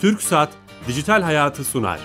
TürkSat Dijital Hayatı sunar.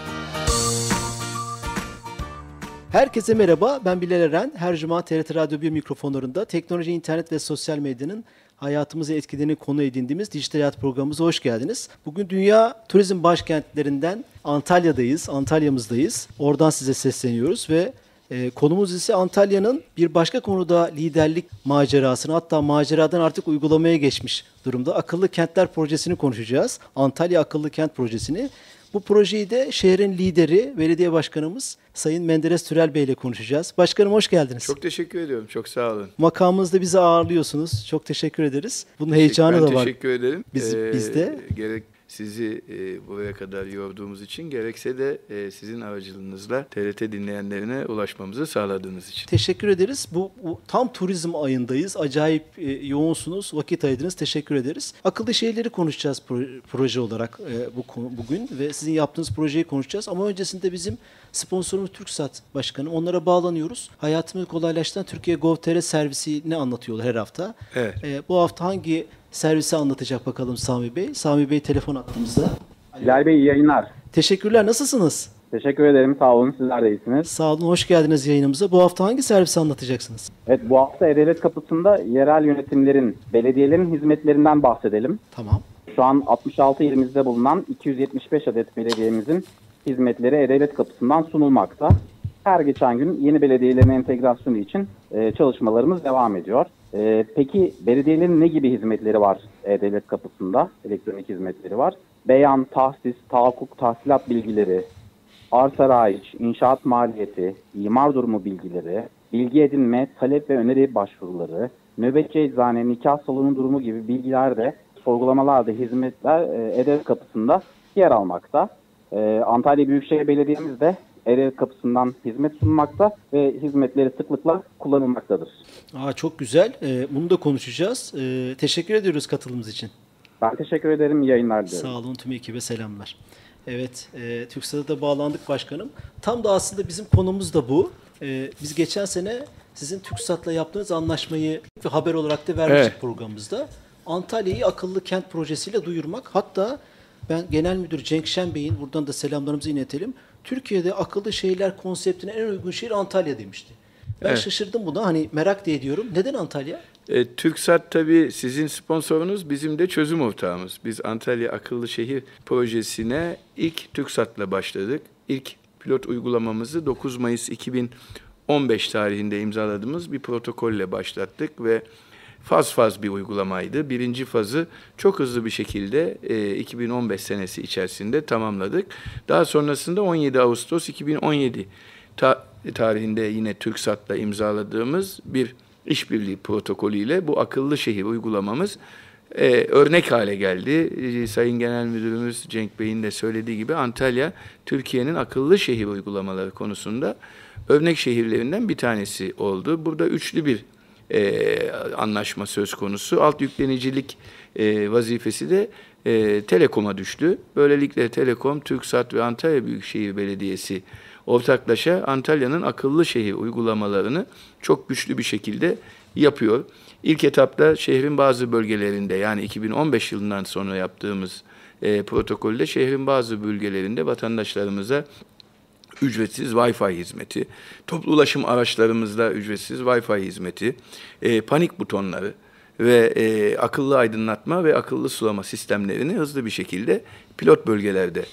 Herkese merhaba, ben Bilal Eren. Her cuma TRT Radyo 1 mikrofonlarında teknoloji, internet ve sosyal medyanın hayatımızı etkilerini konu edindiğimiz Dijital Hayat programımıza hoş geldiniz. Bugün dünya turizm başkentlerinden Antalya'dayız, Antalya'mızdayız. Oradan size sesleniyoruz ve konumuz ise Antalya'nın bir başka konuda liderlik macerasını, hatta maceradan artık uygulamaya geçmiş durumda. Akıllı Kentler Projesi'ni konuşacağız. Antalya Akıllı Kent Projesi'ni. Bu projeyi de şehrin lideri, belediye başkanımız Sayın Menderes Türel Bey ile konuşacağız. Başkanım hoş geldiniz. Çok teşekkür ediyorum. Çok sağ olun. Makamınızda bizi ağırlıyorsunuz. Çok teşekkür ederiz. Bunun heyecanı da var. Ben teşekkür ederim. Bizde. Gerek sizi buraya kadar yorduğumuz için, gerekse de sizin aracılığınızla TRT dinleyenlerine ulaşmamızı sağladığınız için. Teşekkür ederiz. Bu tam turizm ayındayız. Acayip yoğunsunuz. Vakit ayırdınız. Teşekkür ederiz. Akıllı şehirleri konuşacağız proje olarak bugün ve sizin yaptığınız projeyi konuşacağız. Ama öncesinde bizim sponsorumuz TürkSat Başkanım. Onlara bağlanıyoruz. Hayatımızı kolaylaştıran Türkiye Gov.tr servisini anlatıyorlar her hafta. Evet. Bu hafta hangi servisi anlatacak bakalım Sami Bey? Sami Bey telefon attığımızda. Bilal Bey iyi yayınlar. Teşekkürler. Nasılsınız? Teşekkür ederim. Sağ olun. Sizler de iyisiniz. Sağ olun. Hoş geldiniz yayınımıza. Bu hafta hangi servisi anlatacaksınız? Evet, bu hafta E-Devlet Kapısı'nda yerel yönetimlerin, belediyelerin hizmetlerinden bahsedelim. Tamam. Şu an 66 ilimizde bulunan 275 adet belediyemizin hizmetleri E-Devlet Kapısı'ndan sunulmakta. Her geçen gün yeni belediyelerin entegrasyonu için çalışmalarımız devam ediyor. Peki belediyelerin ne gibi hizmetleri var E-Devlet Kapısı'nda? Elektronik hizmetleri var. Beyan, tahsis, tahakkuk, tahsilat bilgileri, arsa raiç, inşaat maliyeti, imar durumu bilgileri, bilgi edinme, talep ve öneri başvuruları, nöbetçi eczane, nikah salonu durumu gibi bilgiler de sorgulamalarda hizmetler E-Devlet Kapısı'nda yer almakta. Antalya Büyükşehir Belediye'miz de E-Devlet Kapısı'ndan hizmet sunmakta ve hizmetleri sıklıkla kullanılmaktadır. Çok güzel. Bunu da konuşacağız. Teşekkür ediyoruz katılımınız için. Ben teşekkür ederim. İyi yayınlar diliyorum. Sağ olun. Tüm ekibe selamlar. Evet, TürkSat'a da bağlandık başkanım. Tam da aslında bizim konumuz da bu. Biz geçen sene sizin TürkSat'la yaptığınız anlaşmayı haber olarak da vermiştik programımızda. Antalya'yı akıllı kent projesiyle duyurmak. Hatta ben Genel Müdür Cenk Şen Bey'in, buradan da selamlarımızı iletelim, Türkiye'de akıllı şehirler konseptine en uygun şehir Antalya demişti. Ben şaşırdım buna. Hani merak da ediyorum. Neden Antalya? TürkSat tabii sizin sponsorunuz, bizim de çözüm ortağımız. Biz Antalya Akıllı Şehir Projesi'ne ilk TürkSat'la başladık. İlk pilot uygulamamızı 9 Mayıs 2015 tarihinde imzaladığımız bir protokolle başlattık ve faz bir uygulamaydı. Birinci fazı çok hızlı bir şekilde 2015 senesi içerisinde tamamladık. Daha sonrasında 17 Ağustos 2017 tarihinde yine TürkSat'la imzaladığımız bir işbirliği protokolüyle bu akıllı şehir uygulamamız örnek hale geldi. Sayın Genel Müdürümüz Cenk Bey'in de söylediği gibi Antalya, Türkiye'nin akıllı şehir uygulamaları konusunda örnek şehirlerinden bir tanesi oldu. Burada üçlü bir anlaşma söz konusu. Alt yüklenicilik vazifesi de Telekom'a düştü. Böylelikle Telekom, TürkSat ve Antalya Büyükşehir Belediyesi ortaklaşa Antalya'nın akıllı şehir uygulamalarını çok güçlü bir şekilde yapıyor. İlk etapta şehrin bazı bölgelerinde, yani 2015 yılından sonra yaptığımız protokolde şehrin bazı bölgelerinde vatandaşlarımıza ücretsiz Wi-Fi hizmeti, toplu ulaşım araçlarımızda ücretsiz Wi-Fi hizmeti, panik butonları ve akıllı aydınlatma ve akıllı sulama sistemlerini hızlı bir şekilde pilot bölgelerde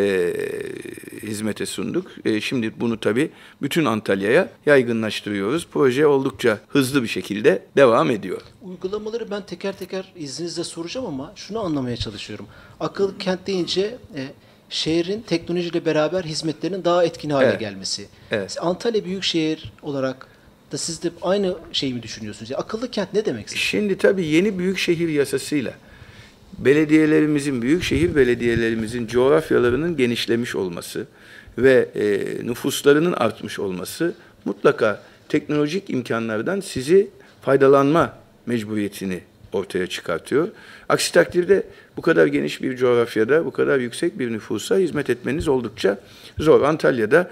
hizmete sunduk. Şimdi bunu tabii bütün Antalya'ya yaygınlaştırıyoruz. Proje oldukça hızlı bir şekilde devam ediyor. Uygulamaları ben teker teker izninizle soracağım ama şunu anlamaya çalışıyorum. Akıllı kent deyince şehrin teknolojiyle beraber hizmetlerinin daha etkin hale gelmesi. Evet. Antalya Büyükşehir olarak da siz de aynı şeyi mi düşünüyorsunuz? Akıllı kent ne demek? Şimdi tabii yeni büyükşehir yasasıyla belediyelerimizin, büyükşehir belediyelerimizin coğrafyalarının genişlemiş olması ve nüfuslarının artmış olması mutlaka teknolojik imkanlardan sizi faydalanma mecburiyetini ortaya çıkartıyor. Aksi takdirde bu kadar geniş bir coğrafyada, bu kadar yüksek bir nüfusa hizmet etmeniz oldukça zor. Antalya'da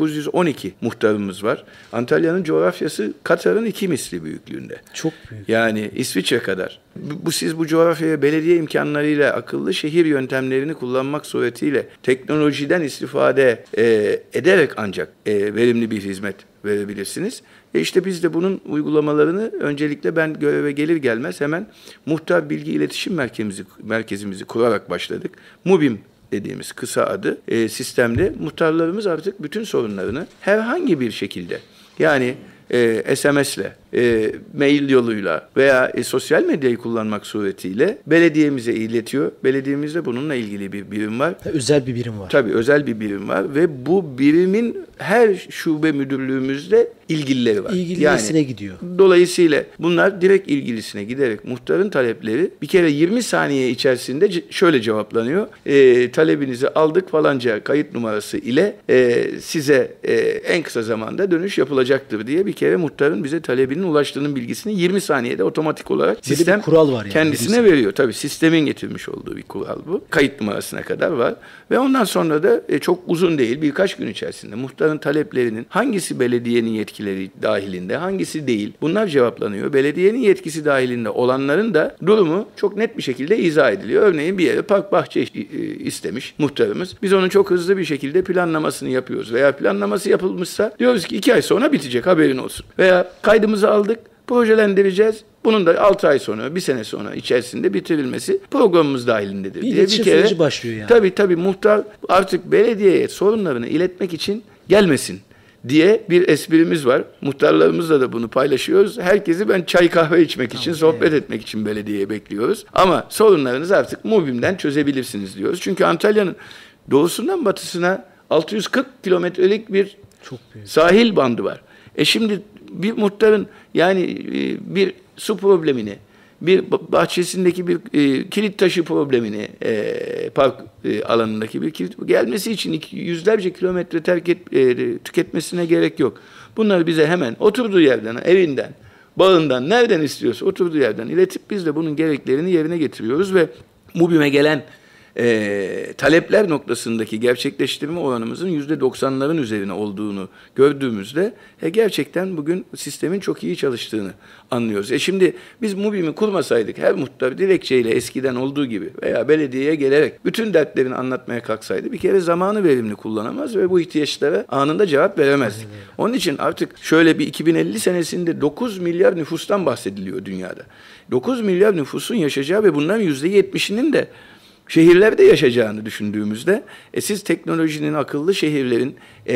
912 muhtarımız var. Antalya'nın coğrafyası Katar'ın 2 misli büyüklüğünde. Çok büyük. Yani İsviçre kadar. Siz bu coğrafyaya belediye imkanlarıyla, akıllı şehir yöntemlerini kullanmak suretiyle teknolojiden istifade ederek ancak verimli bir hizmet verebilirsiniz. İşte biz de bunun uygulamalarını öncelikle ben göreve gelir gelmez hemen Muhtar Bilgi İletişim Merkezimizi kurarak başladık. MUBİM dediğimiz kısa adı sistemde muhtarlarımız artık bütün sorunlarını herhangi bir şekilde, yani SMS'le, mail yoluyla veya sosyal medyayı kullanmak suretiyle belediyemize iletiyor. Belediyemizde bununla ilgili bir birim var. Özel bir birim var. Tabii özel bir birim var ve bu birimin her şube müdürlüğümüzde ilgilileri var. İlgilisine gidiyor. Dolayısıyla bunlar direkt ilgilisine giderek muhtarın talepleri bir kere 20 saniye içerisinde şöyle cevaplanıyor. Talebinizi aldık falanca kayıt numarası ile size en kısa zamanda dönüş yapılacaktır diye bir kere muhtarın bize talebinin ulaştığının bilgisini 20 saniyede otomatik olarak sistem bir kural var yani, kendisine veriyor. Tabii sistemin getirmiş olduğu bir kural bu. Kayıt numarasına kadar var ve ondan sonra da çok uzun değil, birkaç gün içerisinde muhtarın taleplerinin hangisi belediyenin yetkileri dahilinde, hangisi değil, bunlar cevaplanıyor. Belediyenin yetkisi dahilinde olanların da durumu çok net bir şekilde izah ediliyor. Örneğin bir yere park bahçe istemiş muhtarımız. Biz onun çok hızlı bir şekilde planlamasını yapıyoruz veya planlaması yapılmışsa diyoruz ki 2 ay sonra bitecek, haberin olsun. Veya kaydımızı aldık, projelendireceğiz. Bunun da 6 ay sonra, 1 sene sonra içerisinde bitirilmesi programımız dahilindedir. Bir iletişim süreci başlıyor yani. Tabii muhtar artık belediyeye sorunlarını iletmek için gelmesin diye bir esprimiz var. Muhtarlarımızla da bunu paylaşıyoruz. Herkesi ben çay kahve içmek için, sohbet etmek için belediyeye bekliyoruz. Ama sorunlarınızı artık MUBİM'den çözebilirsiniz diyoruz. Çünkü Antalya'nın doğusundan batısına 640 kilometrelik bir sahil bandı var. Şimdi bir muhtarın yani bir su problemini, bir bahçesindeki bir kilit taşı problemini, park alanındaki bir kilit gelmesi için yüzlerce kilometre tüketmesine gerek yok. Bunları bize hemen oturduğu yerden, evinden, bağından, nereden istiyorsa oturduğu yerden iletip biz de bunun gereklerini yerine getiriyoruz ve MUBİM'e gelen talepler noktasındaki gerçekleştirme oranımızın %90'ların üzerine olduğunu gördüğümüzde gerçekten bugün sistemin çok iyi çalıştığını anlıyoruz. Şimdi biz MUBİM'i kurmasaydık her muhtar dilekçeyle eskiden olduğu gibi veya belediyeye gelerek bütün dertlerini anlatmaya kalksaydı bir kere zamanı verimli kullanamaz ve bu ihtiyaçlara anında cevap veremezdik. Onun için artık şöyle bir 2050 senesinde 9 milyar nüfustan bahsediliyor dünyada. 9 milyar nüfusun yaşayacağı ve bunların %70'inin de şehirlerde yaşayacağını düşündüğümüzde siz teknolojinin, akıllı şehirlerin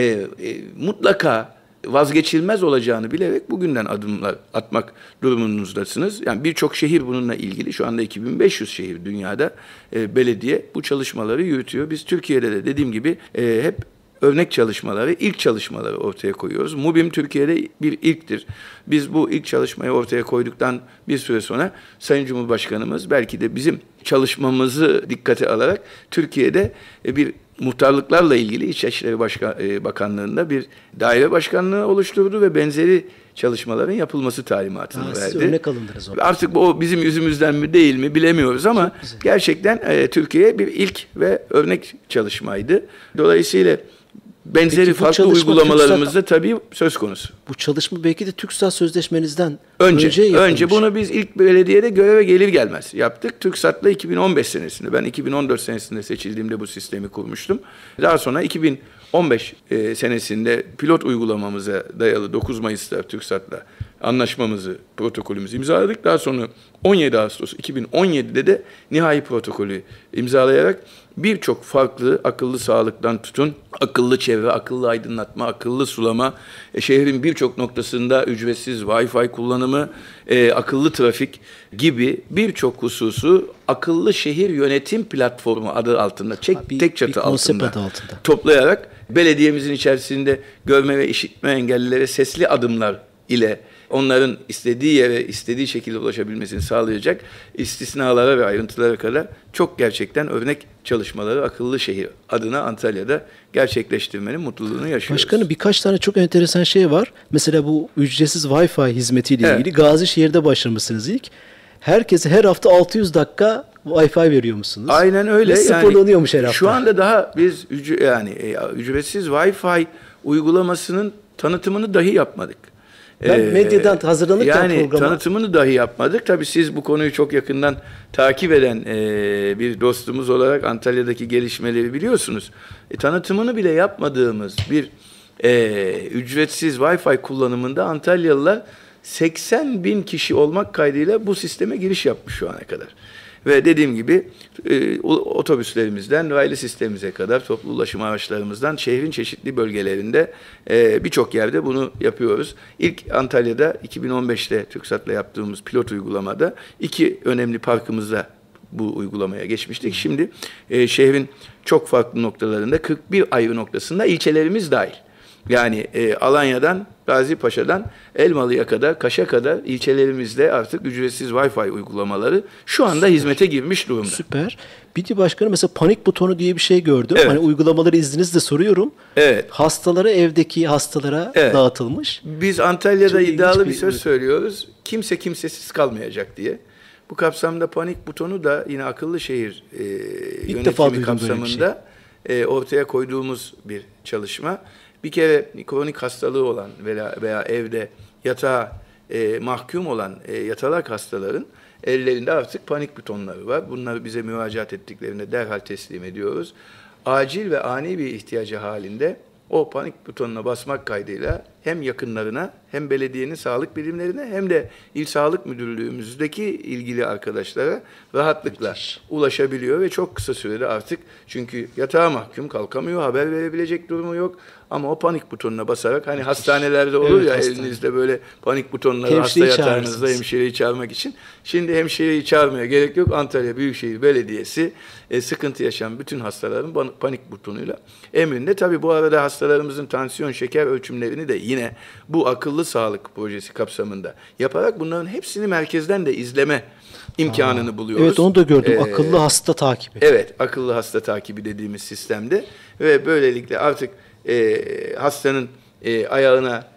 mutlaka vazgeçilmez olacağını bilerek bugünden adımlar atmak durumundansınız. Yani birçok şehir bununla ilgili. Şu anda 2500 şehir dünyada belediye bu çalışmaları yürütüyor. Biz Türkiye'de de dediğim gibi hep örnek çalışmaları, ilk çalışmaları ortaya koyuyoruz. MUBİM Türkiye'de bir ilktir. Biz bu ilk çalışmayı ortaya koyduktan bir süre sonra Sayın Cumhurbaşkanımız belki de bizim çalışmamızı dikkate alarak Türkiye'de bir muhtarlıklarla ilgili İçişleri Bakanlığı'nda bir daire başkanlığı oluşturdu ve benzeri çalışmaların yapılması talimatını verdi. Siz örnek alındınız orada. Artık o bizim yüzümüzden mi değil mi bilemiyoruz ama gerçekten Türkiye'ye bir ilk ve örnek çalışmaydı. Dolayısıyla benzeri farklı uygulamalarımız da tabii söz konusu. Bu çalışma belki de TürkSat sözleşmenizden önce bunu biz ilk belediyede göreve gelir gelmez yaptık. TürkSat'la 2015 senesinde, ben 2014 senesinde seçildiğimde bu sistemi kurmuştum. Daha sonra 2015 senesinde pilot uygulamamıza dayalı 9 Mayıs'ta TürkSat'la anlaşmamızı, protokolümüzü imzaladık. Daha sonra 17 Ağustos 2017'de de nihai protokolü imzalayarak birçok farklı akıllı sağlıktan tutun, akıllı çevre, akıllı aydınlatma, akıllı sulama, şehrin birçok noktasında ücretsiz Wi-Fi kullanımı, akıllı trafik gibi birçok hususu akıllı şehir yönetim platformu adı altında, tek çatı altında toplayarak belediyemizin içerisinde görme ve işitme engellilere sesli adımlar ile onların istediği yere, istediği şekilde ulaşabilmesini sağlayacak istisnalara ve ayrıntılara kadar çok gerçekten örnek çalışmaları akıllı şehir adına Antalya'da gerçekleştirmenin mutluluğunu yaşıyoruz. Başkanım birkaç tane çok enteresan şey var. Mesela bu ücretsiz Wi-Fi hizmetiyle ilgili Gazişehir'de başlamışsınız ilk. herkese her hafta 600 dakika Wi-Fi veriyor musunuz? Aynen öyle. Ve sıfırlanıyormuş her hafta. Şu anda daha biz ücretsiz Wi-Fi uygulamasının tanıtımını dahi yapmadık. Ben medyadan hazırlanırken programa... tanıtımını dahi yapmadık. Tabii siz bu konuyu çok yakından takip eden bir dostumuz olarak Antalya'daki gelişmeleri biliyorsunuz. Tanıtımını bile yapmadığımız bir ücretsiz Wi-Fi kullanımında Antalyalılar 80 bin kişi olmak kaydıyla bu sisteme giriş yapmış şu ana kadar. Ve dediğim gibi otobüslerimizden raylı sistemimize kadar toplu ulaşım araçlarımızdan şehrin çeşitli bölgelerinde birçok yerde bunu yapıyoruz. İlk Antalya'da 2015'te TürkSat'la yaptığımız pilot uygulamada 2 önemli parkımızda bu uygulamaya geçmiştik. Şimdi şehrin çok farklı noktalarında 41 ayrı noktasında ilçelerimiz dahil. Yani Alanya'dan, Gazipaşa'dan Elmalı'ya kadar, Kaş'a kadar ilçelerimizde artık ücretsiz Wi-Fi uygulamaları şu anda hizmete girmiş durumda. Süper. Bir de başkanım mesela panik butonu diye bir şey gördüm. Evet. Hani uygulamaları izninizle soruyorum. Evet. Hastalara, evdeki hastalara dağıtılmış. Biz Antalya'da Çok iddialı bir ilginç söz söylüyoruz. Kimse kimsesiz kalmayacak diye. Bu kapsamda panik butonu da yine akıllı şehir yönetimi kapsamında ortaya koyduğumuz bir çalışma. Bir kere kronik hastalığı olan veya evde yatağa mahkum olan yatalak hastaların ellerinde artık panik butonları var. Bunları bize müracaat ettiklerinde derhal teslim ediyoruz. Acil ve ani bir ihtiyacı halinde o panik butonuna basmak kaydıyla hem yakınlarına hem belediyenin sağlık birimlerine hem de İl Sağlık Müdürlüğümüzdeki ilgili arkadaşlara rahatlıkla ulaşabiliyor ve çok kısa sürede artık çünkü yatağa mahkum kalkamıyor, haber verebilecek durumu yok. Ama o panik butonuna basarak hani hastanelerde olur ya elinizde böyle panik butonları hasta yatağınızda hemşireyi çağırmak için. Şimdi hemşireyi çağırmaya gerek yok. Antalya Büyükşehir Belediyesi sıkıntı yaşayan bütün hastaların panik butonuyla emrinde. Tabii bu arada hastalarımızın tansiyon, şeker ölçümlerini de yine bu akıllı sağlık projesi kapsamında yaparak bunların hepsini merkezden de izleme imkanını buluyoruz. Evet onu da gördüm. Akıllı hasta takibi. Evet, akıllı hasta takibi dediğimiz sistemde ve böylelikle artık hastanın ayağına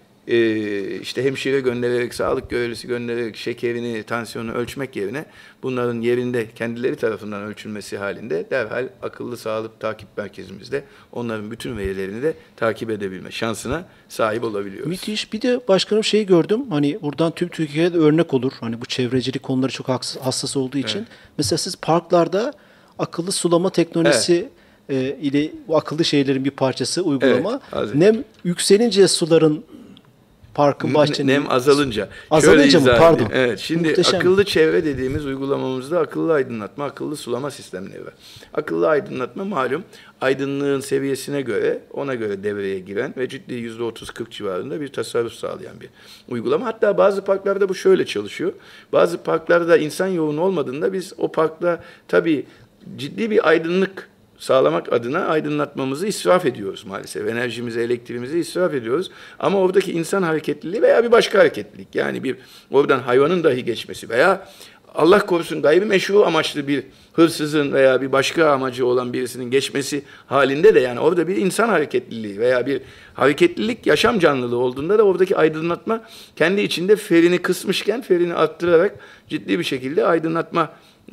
işte hemşire göndererek, sağlık görevlisi göndererek şekerini, tansiyonunu ölçmek yerine bunların yerinde kendileri tarafından ölçülmesi halinde derhal akıllı sağlık takip merkezimizde onların bütün verilerini de takip edebilme şansına sahip olabiliyoruz. Müthiş. Bir de başkanım şey gördüm. Hani buradan tüm Türkiye'ye de örnek olur. Hani bu çevrecilik konuları çok hassas olduğu için. Evet. Mesela siz parklarda akıllı sulama teknolojisi ile bu akıllı şehirlerin bir parçası uygulama. Evet, nem yükselince suların parkın bahçenin... Nem azalınca. Azalınca mı? Pardon. Evet, şimdi muhteşem. Akıllı çevre dediğimiz uygulamamızda akıllı aydınlatma, akıllı sulama sistemleri var. Akıllı aydınlatma malum aydınlığın seviyesine göre, ona göre devreye giren ve ciddi %30-40 civarında bir tasarruf sağlayan bir uygulama. Hatta bazı parklarda bu şöyle çalışıyor. Bazı parklarda insan yoğun olmadığında biz o parkta tabii ciddi bir aydınlık sağlamak adına aydınlatmamızı israf ediyoruz maalesef. Enerjimizi, elektriğimizi israf ediyoruz. Ama oradaki insan hareketliliği veya bir başka hareketlilik yani bir oradan hayvanın dahi geçmesi veya Allah korusun gayrimeşru amaçlı bir hırsızın veya bir başka amacı olan birisinin geçmesi halinde de yani orada bir insan hareketliliği veya bir hareketlilik, yaşam canlılığı olduğunda da oradaki aydınlatma kendi içinde ferini kısmışken ferini arttırarak ciddi bir şekilde aydınlatma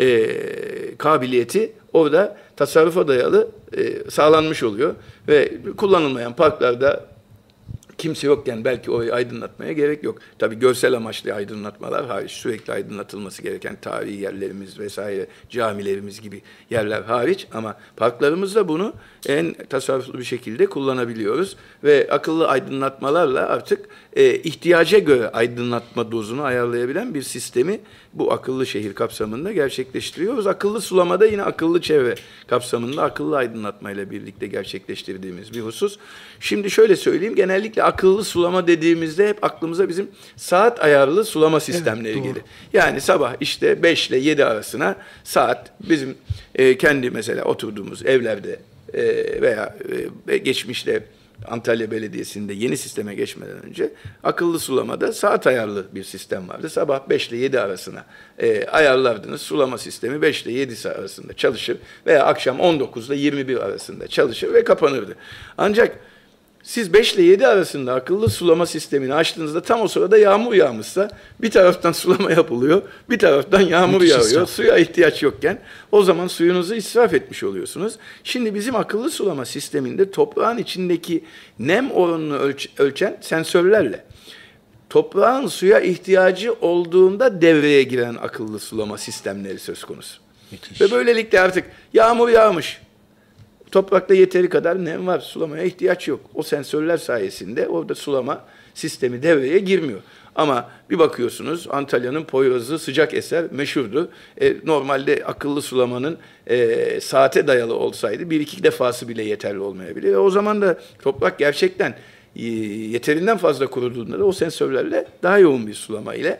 kabiliyeti orada tasarrufa dayalı sağlanmış oluyor ve kullanılmayan parklarda kimse yokken belki orayı aydınlatmaya gerek yok. Tabii görsel amaçlı aydınlatmalar hariç, sürekli aydınlatılması gereken tarihi yerlerimiz vesaire, camilerimiz gibi yerler hariç ama parklarımızda bunu en tasarruflu bir şekilde kullanabiliyoruz ve akıllı aydınlatmalarla artık ihtiyaca göre aydınlatma dozunu ayarlayabilen bir sistemi bu akıllı şehir kapsamında gerçekleştiriyoruz. Akıllı sulamada yine akıllı çevre kapsamında akıllı aydınlatmayla birlikte gerçekleştirdiğimiz bir husus. Şimdi şöyle söyleyeyim, genellikle akıllı sulama dediğimizde hep aklımıza bizim saat ayarlı sulama sistemleri gelir. Yani sabah işte 5 ile 7 arasına saat bizim kendi mesela oturduğumuz evlerde veya geçmişte Antalya Belediyesi'nde yeni sisteme geçmeden önce akıllı sulamada saat ayarlı bir sistem vardı. Sabah 5 ile 7 arasına ayarlardınız. Sulama sistemi 5 ile 7 arasında çalışır veya akşam 19 ile 21 arasında çalışır ve kapanırdı. Ancak Siz 5 ile 7 arasında akıllı sulama sistemini açtığınızda tam o sırada yağmur yağmışsa bir taraftan sulama yapılıyor, bir taraftan yağmur yağıyor. Suya ihtiyaç yokken o zaman suyunuzu israf etmiş oluyorsunuz. Şimdi bizim akıllı sulama sisteminde toprağın içindeki nem oranını ölçen sensörlerle toprağın suya ihtiyacı olduğunda devreye giren akıllı sulama sistemleri söz konusu. Müthiş. Ve böylelikle artık yağmur yağmış. Toprakta yeteri kadar nem var. Sulamaya ihtiyaç yok. O sensörler sayesinde orada sulama sistemi devreye girmiyor. Ama bir bakıyorsunuz Antalya'nın Poyraz'ı sıcak eser meşhurdu. Normalde akıllı sulamanın saate dayalı olsaydı 1-2 defası bile yeterli olmayabilir. O zaman da toprak gerçekten yeterinden fazla kuruduğunda da o sensörlerle daha yoğun bir sulama ile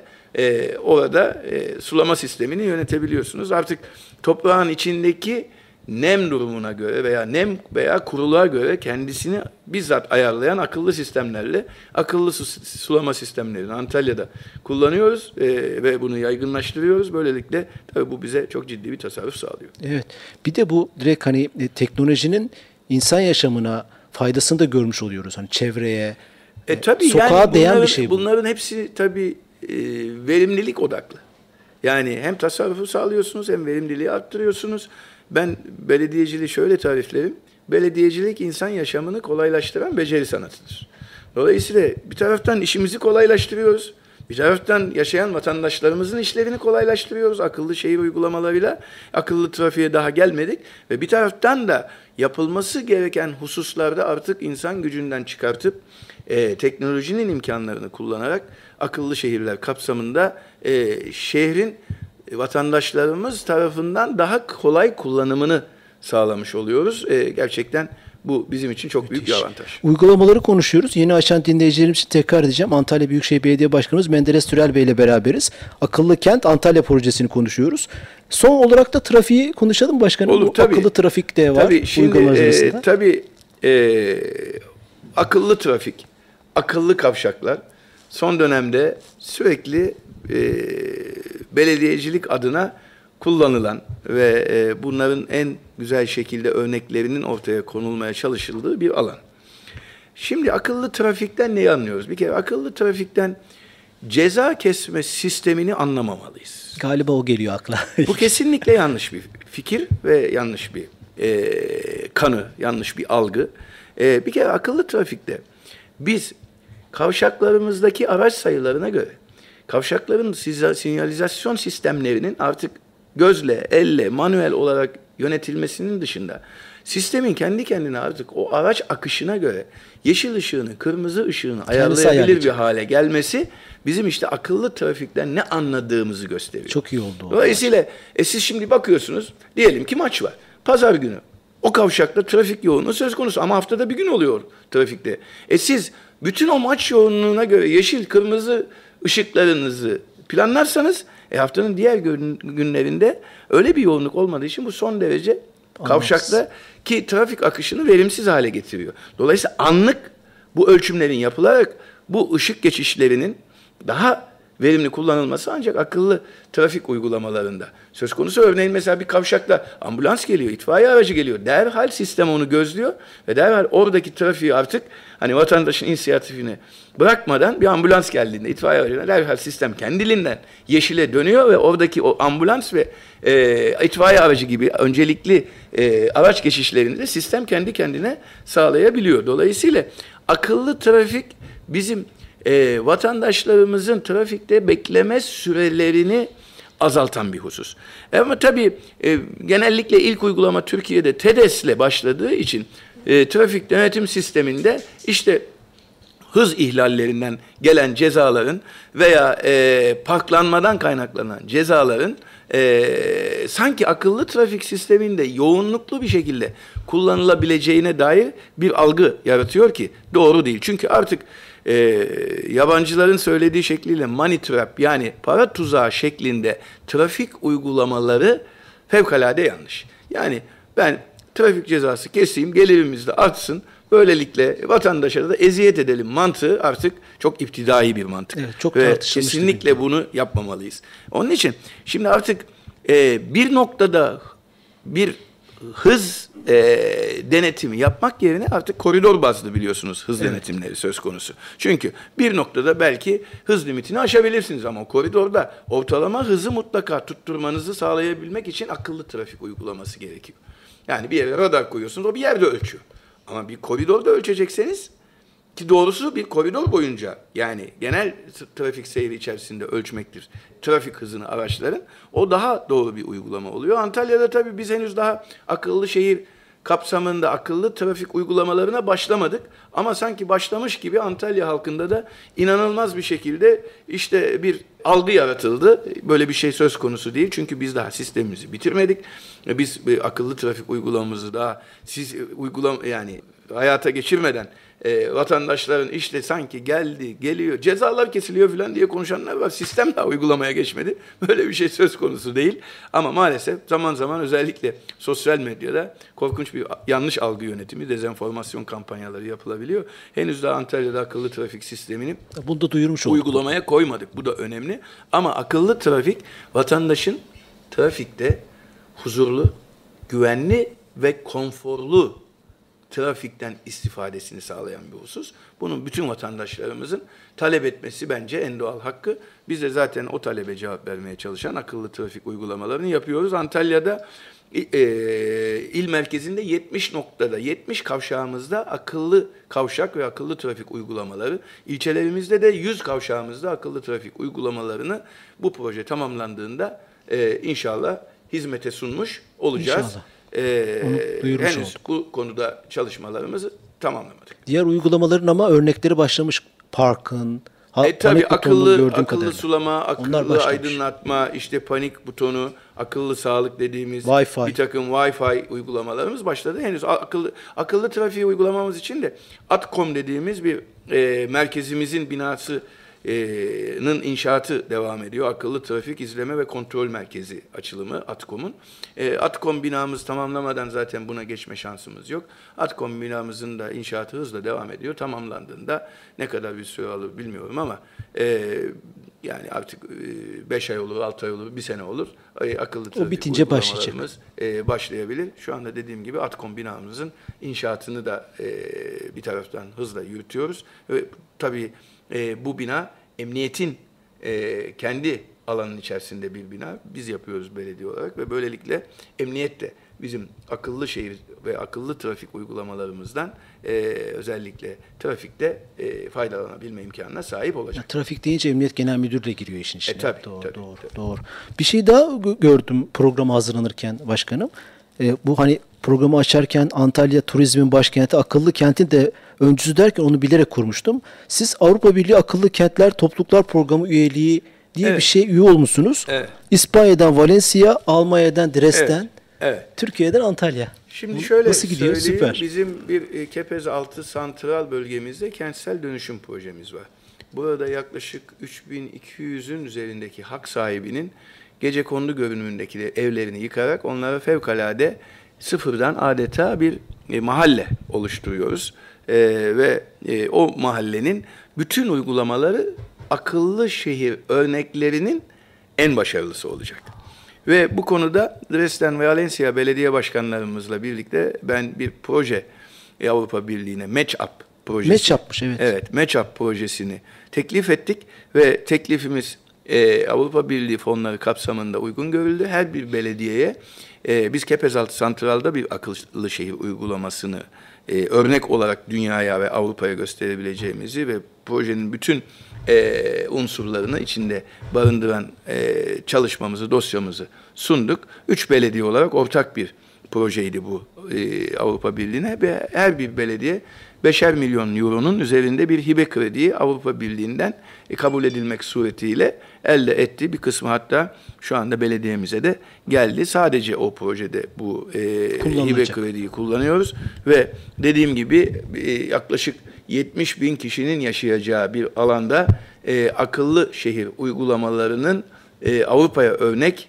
orada sulama sistemini yönetebiliyorsunuz. Artık toprağın içindeki nem durumuna göre veya kuruluğa göre kendisini bizzat ayarlayan akıllı sistemlerle akıllı sulama sistemlerini Antalya'da kullanıyoruz ve bunu yaygınlaştırıyoruz. Böylelikle tabii bu bize çok ciddi bir tasarruf sağlıyor. Evet. Bir de bu direkt hani teknolojinin insan yaşamına faydasını da görmüş oluyoruz. Hani çevreye, tabii sokağa yani değen bir şey bu. Bunların hepsi tabii verimlilik odaklı. Yani hem tasarrufu sağlıyorsunuz hem verimliliği arttırıyorsunuz. Ben belediyeciliği şöyle tariflerim. Belediyecilik insan yaşamını kolaylaştıran beceri sanatıdır. Dolayısıyla bir taraftan işimizi kolaylaştırıyoruz. Bir taraftan yaşayan vatandaşlarımızın işlerini kolaylaştırıyoruz akıllı şehir uygulamalarıyla. Akıllı trafiğe daha gelmedik. Ve bir taraftan da yapılması gereken hususlarda artık insan gücünden çıkartıp teknolojinin imkanlarını kullanarak akıllı şehirler kapsamında şehrin vatandaşlarımız tarafından daha kolay kullanımını sağlamış oluyoruz. Gerçekten bu bizim için çok büyük bir avantaj. Uygulamaları konuşuyoruz. Yeni açan dinleyicilerimiz için tekrar edeceğim. Antalya Büyükşehir Belediye Başkanımız Menderes Türel Bey ile beraberiz. Akıllı Kent Antalya projesini konuşuyoruz. Son olarak da trafiği konuşalım başkanım. Olur, tabii. Akıllı trafik de var. Tabii şimdi tabii akıllı trafik, akıllı kavşaklar son dönemde sürekli belediyecilik adına kullanılan ve bunların en güzel şekilde örneklerinin ortaya konulmaya çalışıldığı bir alan. Şimdi akıllı trafikten neyi anlıyoruz? Bir kere akıllı trafikten ceza kesme sistemini anlamamalıyız. Galiba o geliyor akla. Bu kesinlikle yanlış bir fikir ve yanlış bir kanı, yanlış bir algı. Bir kere akıllı trafikte biz kavşaklarımızdaki araç sayılarına göre kavşakların sinyalizasyon sistemlerinin artık gözle, elle, manuel olarak yönetilmesinin dışında sistemin kendi kendine artık o araç akışına göre yeşil ışığını, kırmızı ışığını ayarlayabilir bir hale gelmesi bizim işte akıllı trafikten ne anladığımızı gösteriyor. Çok iyi oldu. Dolayısıyla siz şimdi bakıyorsunuz, diyelim ki maç var. Pazar günü. O kavşakta trafik yoğunluğu söz konusu ama haftada bir gün oluyor trafikte. Siz bütün o maç yoğunluğuna göre yeşil, kırmızı ışıklarınızı planlarsanız haftanın diğer günlerinde öyle bir yoğunluk olmadığı için bu son derece kavşakta ki trafik akışını verimsiz hale getiriyor. Dolayısıyla anlık bu ölçümlerin yapılarak bu ışık geçişlerinin daha verimli kullanılması ancak akıllı trafik uygulamalarında söz konusu. Örneğin mesela bir kavşakta ambulans geliyor, itfaiye aracı geliyor. Derhal sistem onu gözlüyor ve derhal oradaki trafiği artık hani vatandaşın inisiyatifini bırakmadan bir ambulans geldiğinde itfaiye aracına derhal sistem kendiliğinden yeşile dönüyor ve oradaki o ambulans ve itfaiye aracı gibi öncelikli araç geçişlerini de sistem kendi kendine sağlayabiliyor. Dolayısıyla akıllı trafik bizim vatandaşlarımızın trafikte bekleme sürelerini azaltan bir husus. Ama tabii genellikle ilk uygulama Türkiye'de TEDES'le başladığı için trafik denetim sisteminde işte hız ihlallerinden gelen cezaların veya parklanmadan kaynaklanan cezaların sanki akıllı trafik sisteminde yoğunluklu bir şekilde kullanılabileceğine dair bir algı yaratıyor ki doğru değil. Çünkü artık yabancıların söylediği şekliyle money trap yani para tuzağı şeklinde trafik uygulamaları fevkalade yanlış. Yani ben trafik cezası keseyim, gelirimiz de artsın, böylelikle vatandaşlara da eziyet edelim mantığı artık çok iptidai bir mantık. Evet, çok ve tartışılmış kesinlikle bunu yapmamalıyız. Onun için şimdi artık bir noktada bir hız denetimi yapmak yerine artık koridor bazlı biliyorsunuz hız denetimleri söz konusu. Çünkü bir noktada belki hız limitini aşabilirsiniz ama o koridorda ortalama hızı mutlaka tutturmanızı sağlayabilmek için akıllı trafik uygulaması gerekiyor. Yani bir yere radar koyuyorsunuz, o bir yerde ölçüyor. Ama bir koridorda ölçecekseniz, ki doğrusu bir koridor boyunca, yani genel trafik seyri içerisinde ölçmektir trafik hızını araçların, o daha doğru bir uygulama oluyor. Antalya'da tabii biz henüz daha akıllı şehir kapsamında akıllı trafik uygulamalarına başlamadık. Ama sanki başlamış gibi Antalya halkında da inanılmaz bir şekilde işte bir algı yaratıldı. Böyle bir şey söz konusu değil. Çünkü biz daha sistemimizi bitirmedik. Biz akıllı trafik uygulamamızı daha yani hayata geçirmeden vatandaşların işte sanki geldi, geliyor, cezalar kesiliyor falan diye konuşanlar var. Sistem daha uygulamaya geçmedi. Böyle bir şey söz konusu değil. Ama maalesef zaman zaman özellikle sosyal medyada korkunç bir yanlış algı yönetimi, dezenformasyon kampanyaları yapılabiliyor. Henüz daha Antalya'da akıllı trafik sistemini bunu da duyurmuş olduk. Uygulamaya koymadık. Bu da önemli. Ama akıllı trafik vatandaşın trafikte huzurlu, güvenli ve konforlu trafikten istifadesini sağlayan bir husus. Bunun bütün vatandaşlarımızın talep etmesi bence en doğal hakkı. Biz de zaten o talebe cevap vermeye çalışan akıllı trafik uygulamalarını yapıyoruz. Antalya'da il merkezinde 70 noktada, 70 kavşağımızda akıllı kavşak ve akıllı trafik uygulamaları, ilçelerimizde de 100 kavşağımızda akıllı trafik uygulamalarını bu proje tamamlandığında inşallah hizmete sunmuş olacağız. İnşallah. Henüz olduk. bu konuda çalışmalarımızı tamamlamadık. Diğer uygulamaların ama örnekleri başlamış. Parkın, Tabii akıllı kadarıyla. sulama, akıllı aydınlatma, işte panik butonu, akıllı sağlık dediğimiz Wi-Fi. bir takım Wi-Fi uygulamalarımız başladı. Henüz akıllı trafiği uygulamamız için de Atkom dediğimiz bir merkezimizin binasının inşaatı devam ediyor. Akıllı Trafik İzleme ve Kontrol Merkezi açılımı Atkom'un. Atkom binamız tamamlamadan zaten buna geçme şansımız yok. Atkom binamızın da inşaatı hızla devam ediyor. Tamamlandığında ne kadar bir süre alır bilmiyorum ama yani artık 5 ay olur, 6 ay olur, 1 sene olur. Akıllı trafik bitince uygulamalarımız başlayabilir. Şu anda dediğim gibi Atkom binamızın inşaatını da bir taraftan hızla yürütüyoruz. Ve tabii bu bina emniyetin kendi alanın içerisinde bir bina. Biz yapıyoruz belediye olarak ve böylelikle emniyet de bizim akıllı şehir ve akıllı trafik uygulamalarımızdan özellikle trafikte faydalanabilme imkanına sahip olacak. Trafik deyince Emniyet Genel Müdürü de giriyor işin içine. Tabii, Doğru. Bir şey daha gördüm programa hazırlanırken başkanım. Bu hani programı açarken Antalya turizmin başkenti, akıllı kentin de öncüsü derken onu bilerek kurmuştum. Siz Avrupa Birliği Akıllı Kentler Topluluklar Programı üyeliği diye bir şey üye olmuşsunuz. Evet. İspanya'dan Valencia, Almanya'dan Dresden, Evet. Türkiye'den Antalya. Şimdi şöyle nasıl gidiyor? söyleyeyim, Süper. bizim bir Kepez 6 santral bölgemizde kentsel dönüşüm projemiz var. Burada yaklaşık 3200'ün üzerindeki hak sahibinin gecekondu görünümündeki evlerini yıkarak onlara fevkalade sıfırdan adeta bir mahalle oluşturuyoruz. Ve o mahallenin bütün uygulamaları akıllı şehir örneklerinin en başarılısı olacak. Ve bu konuda Dresden ve Valencia belediye başkanlarımızla birlikte ben bir proje Avrupa Birliği'ne Match-Up projesi. Match-Up'mış, evet. Evet, Match-Up projesini teklif ettik ve teklifimiz Avrupa Birliği fonları kapsamında uygun görüldü. Her bir belediyeye biz Kepez Altı Santral'da bir akıllı şehir uygulamasını örnek olarak dünyaya ve Avrupa'ya gösterebileceğimizi ve projenin bütün unsurlarını içinde barındıran çalışmamızı, dosyamızı sunduk. 3 belediye olarak ortak bir projeydi bu Avrupa Birliği'ne ve her bir belediye 5'er milyon euronun üzerinde bir hibe krediyi Avrupa Birliği'nden kabul edilmek suretiyle elde etti. Bir kısmı hatta şu anda belediyemize de geldi. Sadece o projede bu hibe krediyi kullanıyoruz ve dediğim gibi yaklaşık 70 bin kişinin yaşayacağı bir alanda akıllı şehir uygulamalarının Avrupa'ya örnek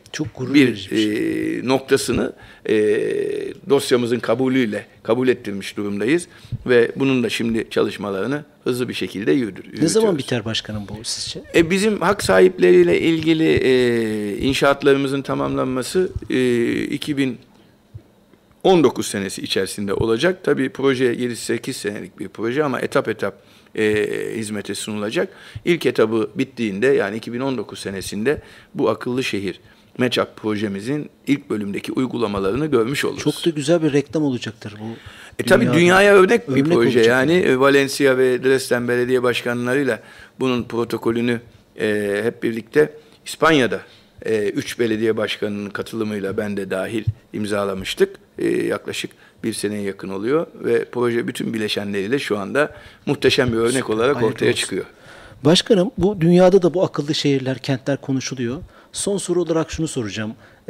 bir noktasını dosyamızın kabulüyle kabul ettirmiş durumdayız ve bunun da şimdi çalışmalarını hızlı bir şekilde yürütüyoruz. Ne zaman biter başkanım bu sizce? Bizim hak sahipleriyle ilgili inşaatlarımızın tamamlanması 19 senesi içerisinde olacak. Tabii proje 7-8 senelik bir proje ama etap etap hizmete sunulacak. İlk etabı bittiğinde yani 2019 senesinde bu akıllı şehir Matchup projemizin ilk bölümdeki uygulamalarını görmüş oluruz. Çok da güzel bir reklam olacaktır bu. Tabii dünyaya örnek bir proje olacak yani Valencia ve Dresden belediye başkanlarıyla bunun protokolünü hep birlikte İspanya'da 3 belediye başkanının katılımıyla ben de dahil imzalamıştık. Yaklaşık bir seneye yakın oluyor ve proje bütün bileşenleriyle şu anda muhteşem bir örnek olarak ortaya çıkıyor. Başkanım, bu dünyada da bu akıllı şehirler, kentler konuşuluyor. Son soru olarak şunu soracağım.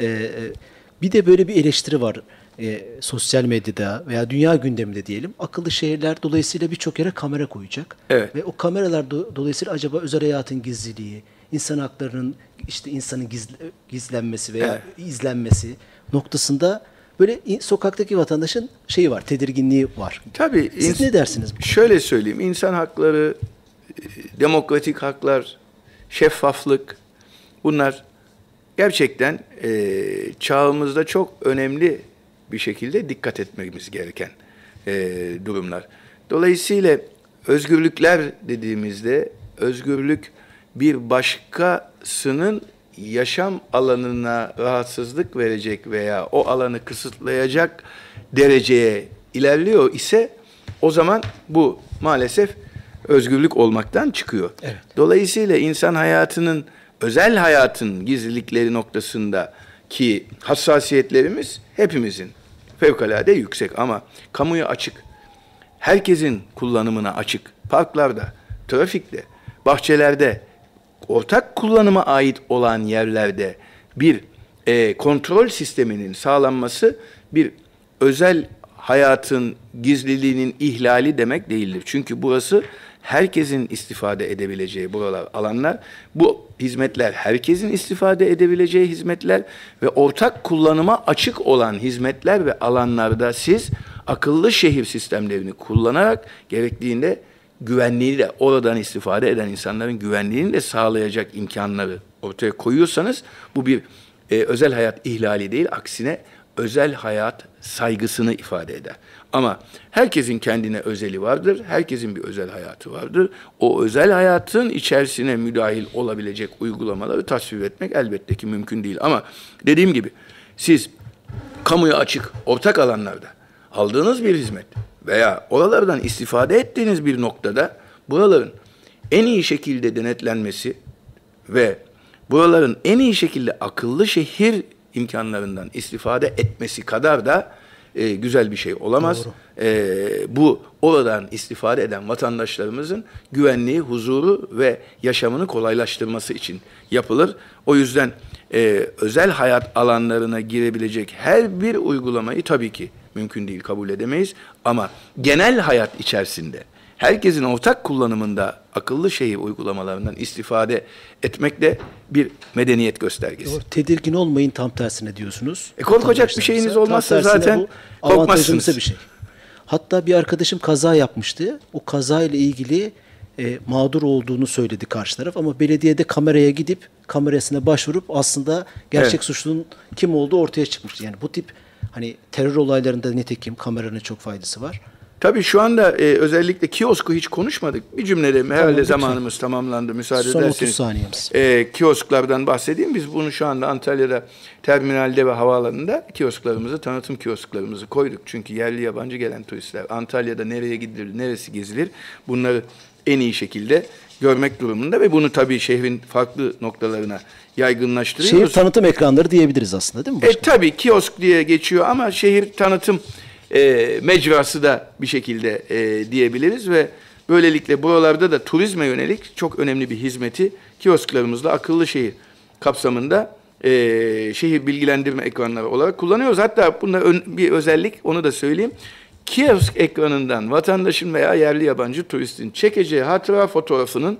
Bir de böyle bir eleştiri var sosyal medyada veya dünya gündeminde diyelim. Akıllı şehirler dolayısıyla birçok yere kamera koyacak. Evet. Ve o kameralar dolayısıyla acaba özel hayatın gizliliği, insan haklarının işte insanın gizlenmesi veya izlenmesi noktasında böyle sokaktaki vatandaşın şeyi var, tedirginliği var. Tabii. Siz ne dersiniz? Şöyle söyleyeyim, insan hakları, demokratik haklar, şeffaflık, bunlar gerçekten çağımızda çok önemli bir şekilde dikkat etmemiz gereken durumlar. Dolayısıyla özgürlükler dediğimizde özgürlük bir başkasının yaşam alanına rahatsızlık verecek veya o alanı kısıtlayacak dereceye ilerliyor ise o zaman bu maalesef özgürlük olmaktan çıkıyor. Evet. Dolayısıyla insan hayatının, özel hayatın gizlilikleri noktasındaki hassasiyetlerimiz hepimizin fevkalade yüksek ama kamuya açık, herkesin kullanımına açık, parklarda, trafikte, bahçelerde, ortak kullanıma ait olan yerlerde bir kontrol sisteminin sağlanması bir özel hayatın gizliliğinin ihlali demek değildir. Çünkü burası herkesin istifade edebileceği buralar, alanlar. Bu hizmetler herkesin istifade edebileceği hizmetler ve ortak kullanıma açık olan hizmetler ve alanlarda siz akıllı şehir sistemlerini kullanarak gerektiğinde güvenliği de oradan istifade eden insanların güvenliğini de sağlayacak imkanları ortaya koyuyorsanız bu bir özel hayat ihlali değil, aksine özel hayat saygısını ifade eder. Ama herkesin kendine özeli vardır, herkesin bir özel hayatı vardır. O özel hayatın içerisine müdahil olabilecek uygulamaları tasvip etmek elbette ki mümkün değil. Ama dediğim gibi siz kamuya açık, ortak alanlarda aldığınız bir hizmet veya oralardan istifade ettiğiniz bir noktada buraların en iyi şekilde denetlenmesi ve buraların en iyi şekilde akıllı şehir imkanlarından istifade etmesi kadar da güzel bir şey olamaz. Bu oradan istifade eden vatandaşlarımızın güvenliği, huzuru ve yaşamını kolaylaştırması için yapılır. O yüzden özel hayat alanlarına girebilecek her bir uygulamayı tabii ki mümkün değil, kabul edemeyiz. Ama genel hayat içerisinde herkesin ortak kullanımında akıllı şehir uygulamalarından istifade etmek de bir medeniyet göstergesi. Doğru, tedirgin olmayın, tam tersine diyorsunuz. Korkacak bir şeyiniz olmazsa zaten korkmazsınız. Bir şey. Hatta bir arkadaşım kaza yapmıştı. O kazayla ilgili mağdur olduğunu söyledi karşı taraf ama belediyede kameraya gidip kamerasına başvurup aslında gerçek suçlunun kim olduğu ortaya çıkmıştı. Yani bu tip hani terör olaylarında nitekim kameranın çok faydası var. Tabii şu anda özellikle kiosku hiç konuşmadık. Bir cümlede herhalde zamanımız tamamlandı. Müsaade son ederseniz. 30 saniyemiz. Kiosklardan bahsedeyim. Biz bunu şu anda Antalya'da terminalde ve havaalanında kiosklarımızı, tanıtım kiosklarımızı koyduk. Çünkü yerli yabancı gelen turistler Antalya'da nereye gidilir, neresi gezilir bunları en iyi şekilde görmek durumunda ve bunu tabii şehrin farklı noktalarına yaygınlaştırıyoruz. Şehir tanıtım ekranları diyebiliriz aslında, değil mi başkanım? Tabii kiosk diye geçiyor ama şehir tanıtım mecrası da bir şekilde diyebiliriz ve böylelikle buralarda da turizme yönelik çok önemli bir hizmeti kiosklarımızla akıllı şehir kapsamında şehir bilgilendirme ekranları olarak kullanıyoruz. Hatta bunda bir özellik, onu da söyleyeyim. Kiosk ekranından vatandaşın veya yerli yabancı turistin çekeceği hatıra fotoğrafının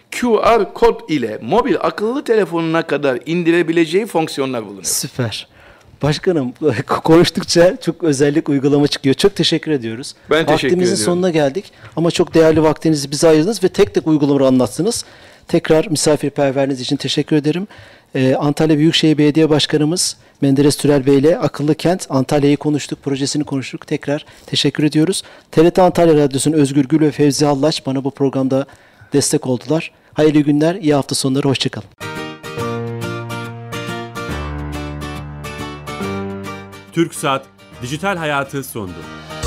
QR kod ile mobil akıllı telefonuna kadar indirebileceği fonksiyonlar bulunuyor. Süper. Başkanım, konuştukça çok özellik uygulama çıkıyor. Çok teşekkür ediyoruz. Ben teşekkür Vaktimizin ediyorum. sonuna geldik ama çok değerli vaktinizi bize ayırdınız ve tek tek uygulamaları anlattınız. Tekrar misafirperverliğiniz için teşekkür ederim. Antalya Büyükşehir Belediye Başkanımız Menderes Türel Bey ile Akıllı Kent Antalya'yı konuştuk, projesini konuştuk. Tekrar teşekkür ediyoruz. TRT Antalya Radyosu'nun Özgür Gül ve Fevzi Hallaç bana bu programda destek oldular. Hayırlı günler, iyi hafta sonları, hoşçakalın. TürkSat Dijital Hayatı sundu.